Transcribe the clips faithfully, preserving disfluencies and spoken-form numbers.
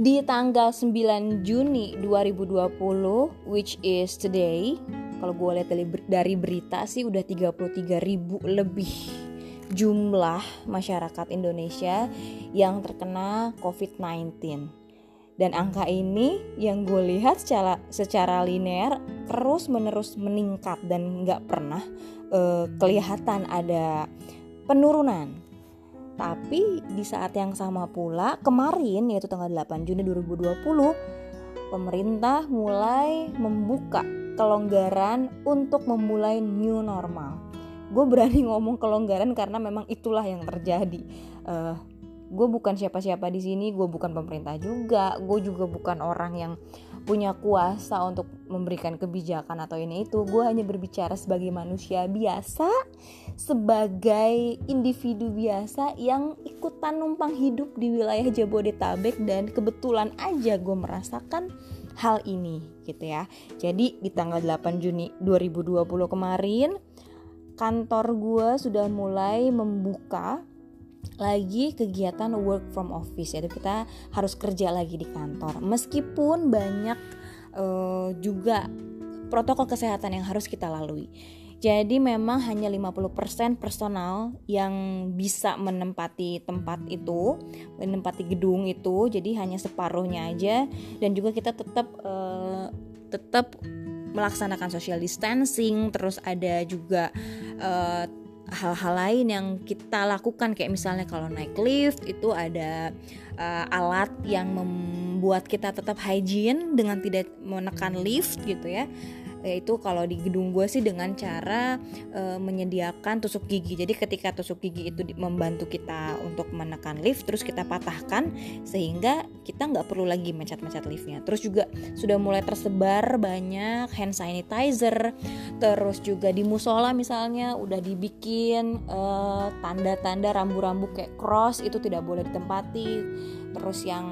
Di tanggal sembilan Juni dua ribu dua puluh, which is today, kalau gue lihat dari, dari berita sih udah tiga puluh tiga ribu lebih jumlah masyarakat Indonesia yang terkena covid sembilan belas. Dan angka ini yang gue lihat secara, secara linear terus menerus meningkat dan gak pernah uh, kelihatan ada penurunan. Tapi di saat yang sama pula kemarin, yaitu tanggal delapan Juni dua ribu dua puluh, pemerintah mulai membuka kelonggaran untuk memulai new normal. Gue berani ngomong kelonggaran karena memang itulah yang terjadi. uh, Gue bukan siapa-siapa di sini, gue bukan pemerintah juga, gue juga bukan orang yang punya kuasa untuk memberikan kebijakan atau ini itu. Gue hanya berbicara sebagai manusia biasa, sebagai individu biasa yang ikutan numpang hidup di wilayah Jabodetabek, dan kebetulan aja gue merasakan hal ini gitu ya. Jadi di tanggal delapan Juni dua ribu dua puluh kemarin, kantor gue sudah mulai membuka lagi kegiatan work from office, yaitu kita harus kerja lagi di kantor. Meskipun banyak uh, juga protokol kesehatan yang harus kita lalui. Jadi memang hanya lima puluh persen personal yang bisa menempati tempat itu, menempati gedung itu. Jadi hanya separuhnya aja, dan juga kita tetap uh, tetap melaksanakan social distancing. Terus ada juga uh, hal-hal lain yang kita lakukan, kayak misalnya kalau naik lift itu ada uh, alat yang membuat kita tetap hygiene dengan tidak menekan lift gitu ya. Yaitu kalau di gedung gue sih dengan cara e, menyediakan tusuk gigi. Jadi ketika tusuk gigi itu membantu kita untuk menekan lift, terus kita patahkan sehingga kita nggak perlu lagi mencet-mencet liftnya. Terus juga sudah mulai tersebar banyak hand sanitizer. Terus juga di musola misalnya udah dibikin e, tanda-tanda rambu-rambu kayak cross, itu tidak boleh ditempati. Terus yang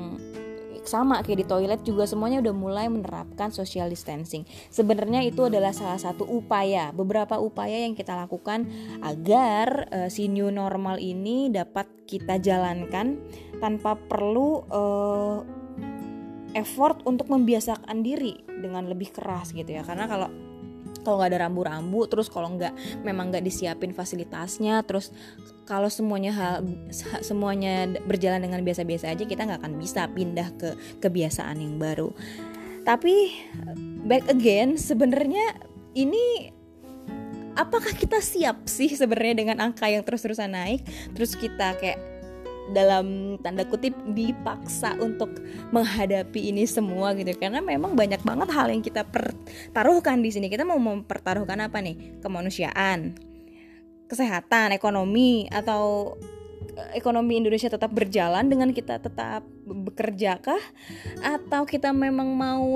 sama kayak di toilet juga semuanya udah mulai menerapkan social distancing. Sebenarnya itu adalah salah satu upaya, beberapa upaya yang kita lakukan agar uh, si new normal ini dapat kita jalankan tanpa perlu uh, effort untuk membiasakan diri dengan lebih keras gitu ya. Karena kalau kalau nggak ada rambu-rambu, terus kalau nggak memang nggak disiapin fasilitasnya, terus kalau semuanya hal semuanya berjalan dengan biasa-biasa aja, kita nggak akan bisa pindah ke kebiasaan yang baru. Tapi back again, sebenarnya ini apakah kita siap sih sebenarnya dengan angka yang terus-terusan naik, terus kita kayak dalam tanda kutip dipaksa untuk menghadapi ini semua gitu. Karena memang banyak banget hal yang kita pertaruhkan di sini. Kita mau mempertaruhkan apa nih? Kemanusiaan, kesehatan, ekonomi, atau ekonomi Indonesia tetap berjalan dengan kita tetap bekerja kah? Atau kita memang mau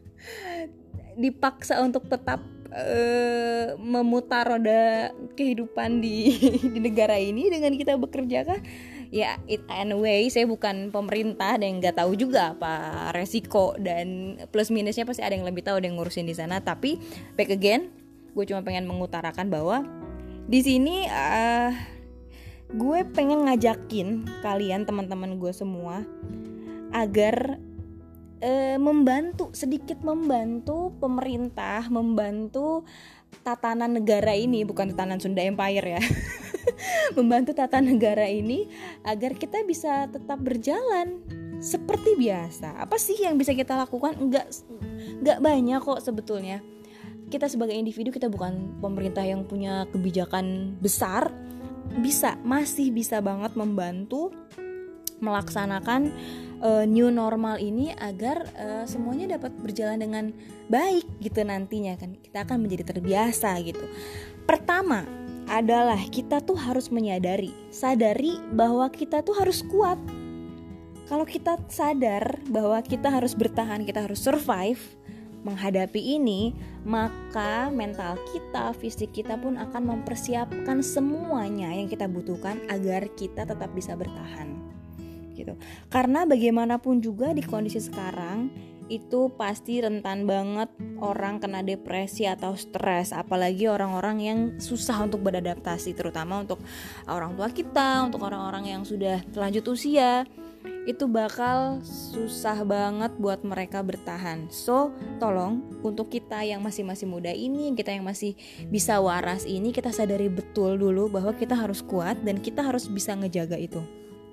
dipaksa untuk tetap uh, memutar roda kehidupan di di negara ini dengan kita bekerja kah? Ya, it anyway, saya bukan pemerintah dan nggak tahu juga apa resiko dan plus minusnya, pasti ada yang lebih tahu, ada yang ngurusin di sana. Tapi back again, gue cuma pengen mengutarakan bahwa di sini uh, gue pengen ngajakin kalian, teman-teman gue semua, agar uh, membantu sedikit membantu pemerintah, membantu tatanan negara ini, bukan tatanan Sunda Empire ya. Membantu tata negara ini agar kita bisa tetap berjalan seperti biasa. Apa sih yang bisa kita lakukan? Enggak, enggak banyak kok sebetulnya. Kita sebagai individu, kita bukan pemerintah yang punya kebijakan besar, bisa, masih bisa banget membantu melaksanakan uh, new normal ini agar uh, semuanya dapat berjalan dengan baik gitu nantinya kan. Kita akan menjadi terbiasa gitu. Pertama adalah kita tuh harus menyadari, sadari bahwa kita tuh harus kuat. Kalau kita sadar bahwa kita harus bertahan, kita harus survive menghadapi ini, maka mental kita, fisik kita pun akan mempersiapkan semuanya yang kita butuhkan agar kita tetap bisa bertahan. Gitu. Karena bagaimanapun juga di kondisi sekarang itu pasti rentan banget orang kena depresi atau stres, apalagi orang-orang yang susah untuk beradaptasi, terutama untuk orang tua kita, untuk orang-orang yang sudah lanjut usia. itu bakal susah banget buat mereka bertahan. So, tolong untuk kita yang masih-masih muda ini, kita yang masih bisa waras ini, kita sadari betul dulu bahwa kita harus kuat dan kita harus bisa ngejaga itu.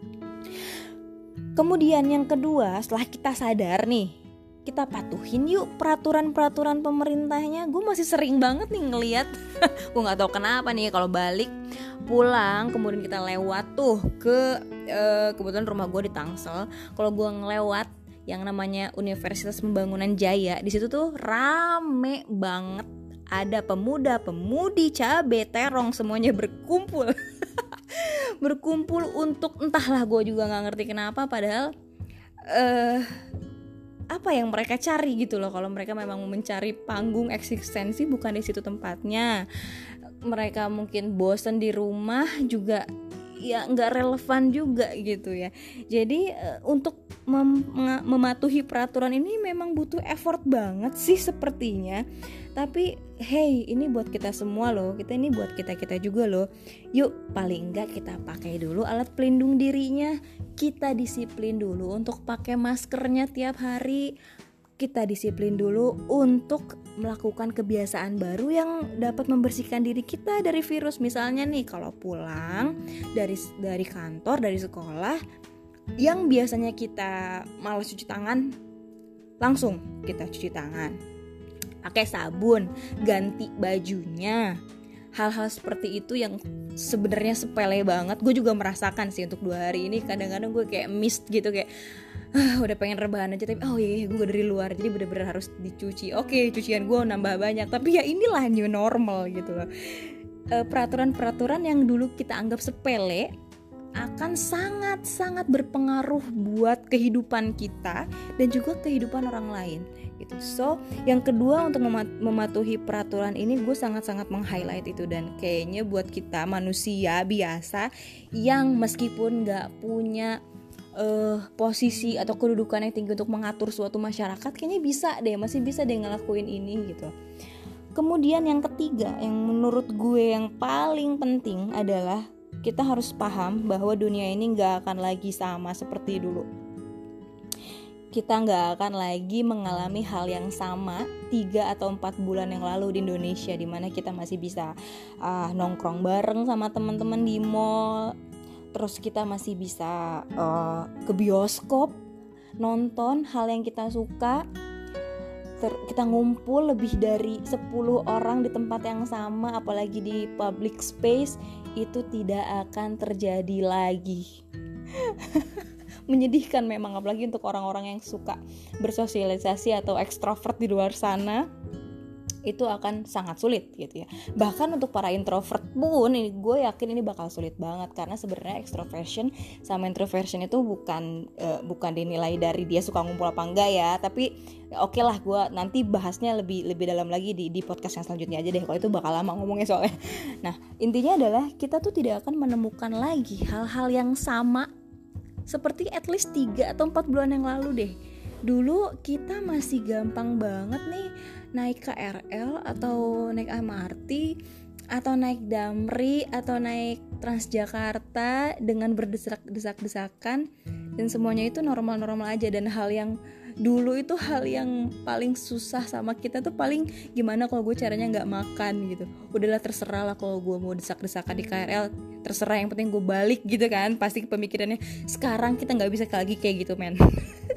Kemudian yang kedua, setelah kita sadar nih, kita patuhin yuk peraturan-peraturan pemerintahnya. Gue masih sering banget nih ngeliat gue gak tahu kenapa nih, kalau balik pulang kemudian kita lewat tuh ke e, kebetulan rumah gue di Tangsel. Kalau gue ngelewat yang namanya Universitas Pembangunan Jaya, di situ tuh rame banget, ada pemuda-pemudi cabe terong semuanya berkumpul berkumpul untuk entahlah, gue juga nggak ngerti kenapa, padahal eh apa yang mereka cari gitu loh. Kalau mereka memang mencari panggung eksistensi, bukan di situ tempatnya. Mereka mungkin bosen di rumah juga, ya nggak relevan juga gitu ya. Jadi uh, untuk mem- mematuhi peraturan ini memang butuh effort banget sih sepertinya. Tapi hey, ini buat kita semua loh, kita ini buat kita-kita juga loh. Yuk paling enggak kita pakai dulu alat pelindung dirinya, kita disiplin dulu untuk pakai maskernya tiap hari, kita disiplin dulu untuk melakukan kebiasaan baru yang dapat membersihkan diri kita dari virus. Misalnya nih, kalau pulang dari dari kantor, dari sekolah, yang biasanya kita malas cuci tangan, langsung kita cuci tangan, pakai sabun, ganti bajunya. Hal-hal seperti itu yang sebenarnya sepele banget, gue juga merasakan sih untuk dua hari ini. Kadang-kadang gue kayak missed gitu, kayak ah, udah pengen rebahan aja, tapi oh iya, gue dari luar, jadi bener-bener harus dicuci. Oke, cucian gue nambah banyak, tapi ya inilah new normal gitu loh. E, peraturan-peraturan yang dulu kita anggap sepele akan sangat-sangat berpengaruh buat kehidupan kita dan juga kehidupan orang lain gitu. So, yang kedua, untuk memat- mematuhi peraturan ini, gue sangat-sangat meng-highlight itu. Dan kayaknya buat kita manusia biasa yang meskipun gak punya uh, posisi atau kedudukan yang tinggi untuk mengatur suatu masyarakat, kayaknya bisa deh, masih bisa deh ngelakuin ini gitu. Kemudian yang ketiga, yang menurut gue yang paling penting adalah kita harus paham bahwa dunia ini gak akan lagi sama seperti dulu. Kita gak akan lagi mengalami hal yang sama tiga atau empat bulan yang lalu di Indonesia, dimana kita masih bisa uh, nongkrong bareng sama teman-teman di mall. Terus kita masih bisa uh, ke bioskop, nonton hal yang kita suka. Ter- kita ngumpul lebih dari sepuluh orang di tempat yang sama, apalagi di public space. Itu tidak akan terjadi lagi. Menyedihkan memang, apalagi untuk orang-orang yang suka bersosialisasi atau ekstrovert di luar sana, itu akan sangat sulit gitu ya. Bahkan untuk para introvert pun, ini gue yakin ini bakal sulit banget, karena sebenarnya extroversion sama introversion itu bukan uh, bukan dinilai dari dia suka ngumpul apa enggak ya. Tapi oke okay lah, gue nanti bahasnya lebih lebih dalam lagi di di podcast yang selanjutnya aja deh, kalau itu bakal lama ngomongnya soalnya. Nah, intinya adalah kita tuh tidak akan menemukan lagi hal-hal yang sama seperti at least tiga atau empat bulan yang lalu deh. Dulu kita masih gampang banget nih naik K R L atau naik M R T atau naik Damri atau naik Transjakarta dengan berdesak-desak-desakan, dan semuanya itu normal-normal aja. Dan hal yang dulu itu hal yang paling susah sama kita tuh paling gimana kalau gue caranya nggak makan gitu. Udahlah terserah lah kalau gue mau desak-desakan di K R L, terserah, yang penting gue balik gitu kan. Pasti pemikirannya sekarang kita nggak bisa lagi kayak gitu men.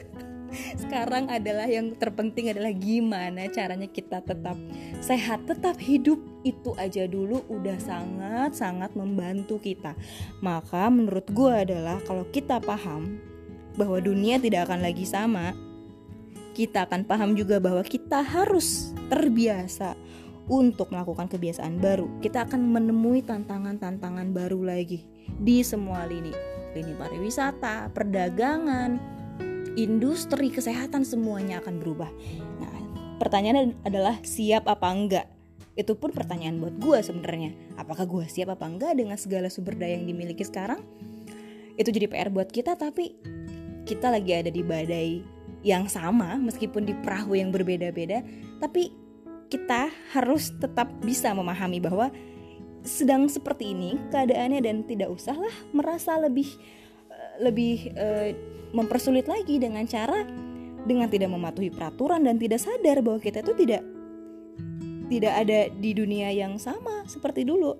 Sekarang adalah yang terpenting adalah gimana caranya kita tetap sehat, tetap hidup. Itu aja dulu udah sangat-sangat membantu kita. Maka menurut gue adalah kalau kita paham bahwa dunia tidak akan lagi sama, kita akan paham juga bahwa kita harus terbiasa untuk melakukan kebiasaan baru. Kita akan menemui tantangan-tantangan baru lagi di semua lini. Lini pariwisata, perdagangan, industri, kesehatan, semuanya akan berubah. Nah, pertanyaannya adalah siap apa enggak? Itu pun pertanyaan buat gue sebenarnya. Apakah gue siap apa enggak dengan segala sumber daya yang dimiliki sekarang? Itu jadi P R buat kita, tapi kita lagi ada di badai yang sama, meskipun di perahu yang berbeda-beda, tapi kita harus tetap bisa memahami bahwa sedang seperti ini keadaannya, dan tidak usahlah merasa lebih lebih uh, mempersulit lagi dengan cara dengan tidak mematuhi peraturan dan tidak sadar bahwa kita itu tidak tidak ada di dunia yang sama seperti dulu.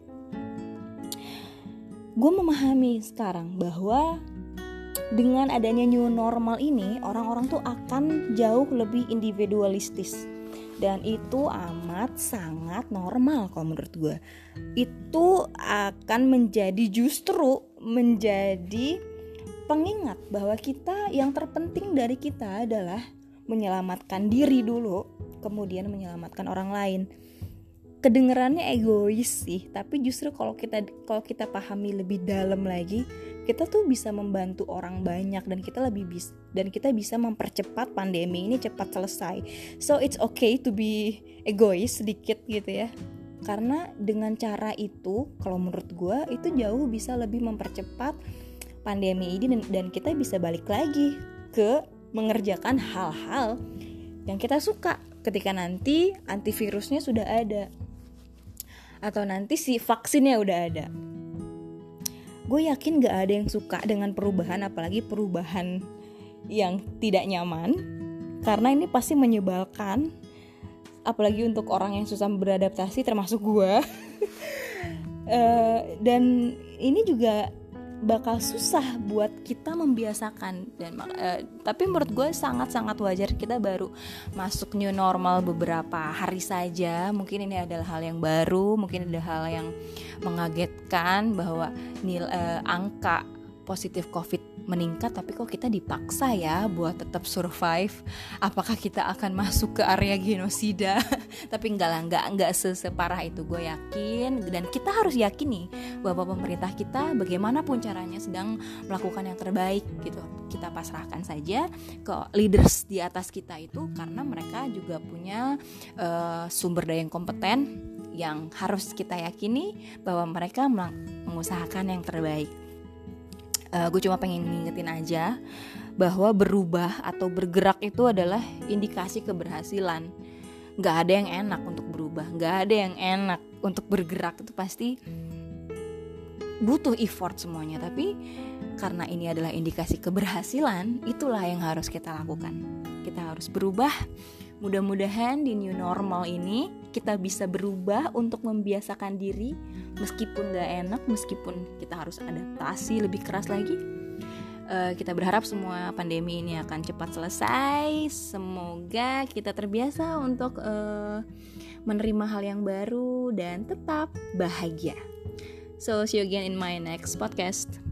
Gue memahami sekarang bahwa dengan adanya new normal ini, orang-orang tuh akan jauh lebih individualistis. Dan itu amat sangat normal kalau menurut gue. Itu akan menjadi justru menjadi pengingat bahwa kita, yang terpenting dari kita adalah menyelamatkan diri dulu, kemudian menyelamatkan orang lain. Kedengerannya egois sih, tapi justru kalau kita kalau kita pahami lebih dalam lagi, kita tuh bisa membantu orang banyak dan kita lebih bis dan kita bisa mempercepat pandemi ini cepat selesai. So it's okay to be egois sedikit gitu ya. Karena dengan cara itu, kalau menurut gue itu jauh bisa lebih mempercepat pandemi ini dan, dan kita bisa balik lagi ke mengerjakan hal-hal yang kita suka ketika nanti antivirusnya sudah ada atau nanti si vaksinnya udah ada. Gue yakin gak ada yang suka dengan perubahan, apalagi perubahan yang tidak nyaman, karena ini pasti menyebalkan, apalagi untuk orang yang susah beradaptasi termasuk gue. uh, dan ini juga bakal susah buat kita membiasakan dan uh, tapi menurut gue sangat-sangat wajar, kita baru masuk new normal beberapa hari saja, mungkin ini adalah hal yang baru, mungkin ada hal yang mengagetkan bahwa nil uh, angka positif COVID meningkat, tapi kok kita dipaksa ya buat tetap survive. Apakah kita akan masuk ke area genosida? Tapi enggak lah, enggak enggak separah itu, gue yakin. Dan kita harus yakin nih bahwa pemerintah kita bagaimanapun caranya sedang melakukan yang terbaik gitu. Kita pasrahkan saja ke leaders di atas kita itu, karena mereka juga punya uh, sumber daya yang kompeten yang harus kita yakini bahwa mereka mengusahakan yang terbaik. Uh, gue cuma pengen ngingetin aja bahwa berubah atau bergerak itu adalah indikasi keberhasilan. Gak ada yang enak untuk berubah, gak ada yang enak untuk bergerak, itu pasti butuh effort semuanya. Tapi karena ini adalah indikasi keberhasilan, itulah yang harus kita lakukan. Kita harus berubah. Mudah-mudahan di new normal ini kita bisa berubah untuk membiasakan diri, meskipun gak enak, meskipun kita harus adaptasi lebih keras lagi. uh, Kita berharap semua pandemi ini akan cepat selesai. Semoga kita terbiasa untuk uh, menerima hal yang baru dan tetap bahagia. So see you again in my next podcast.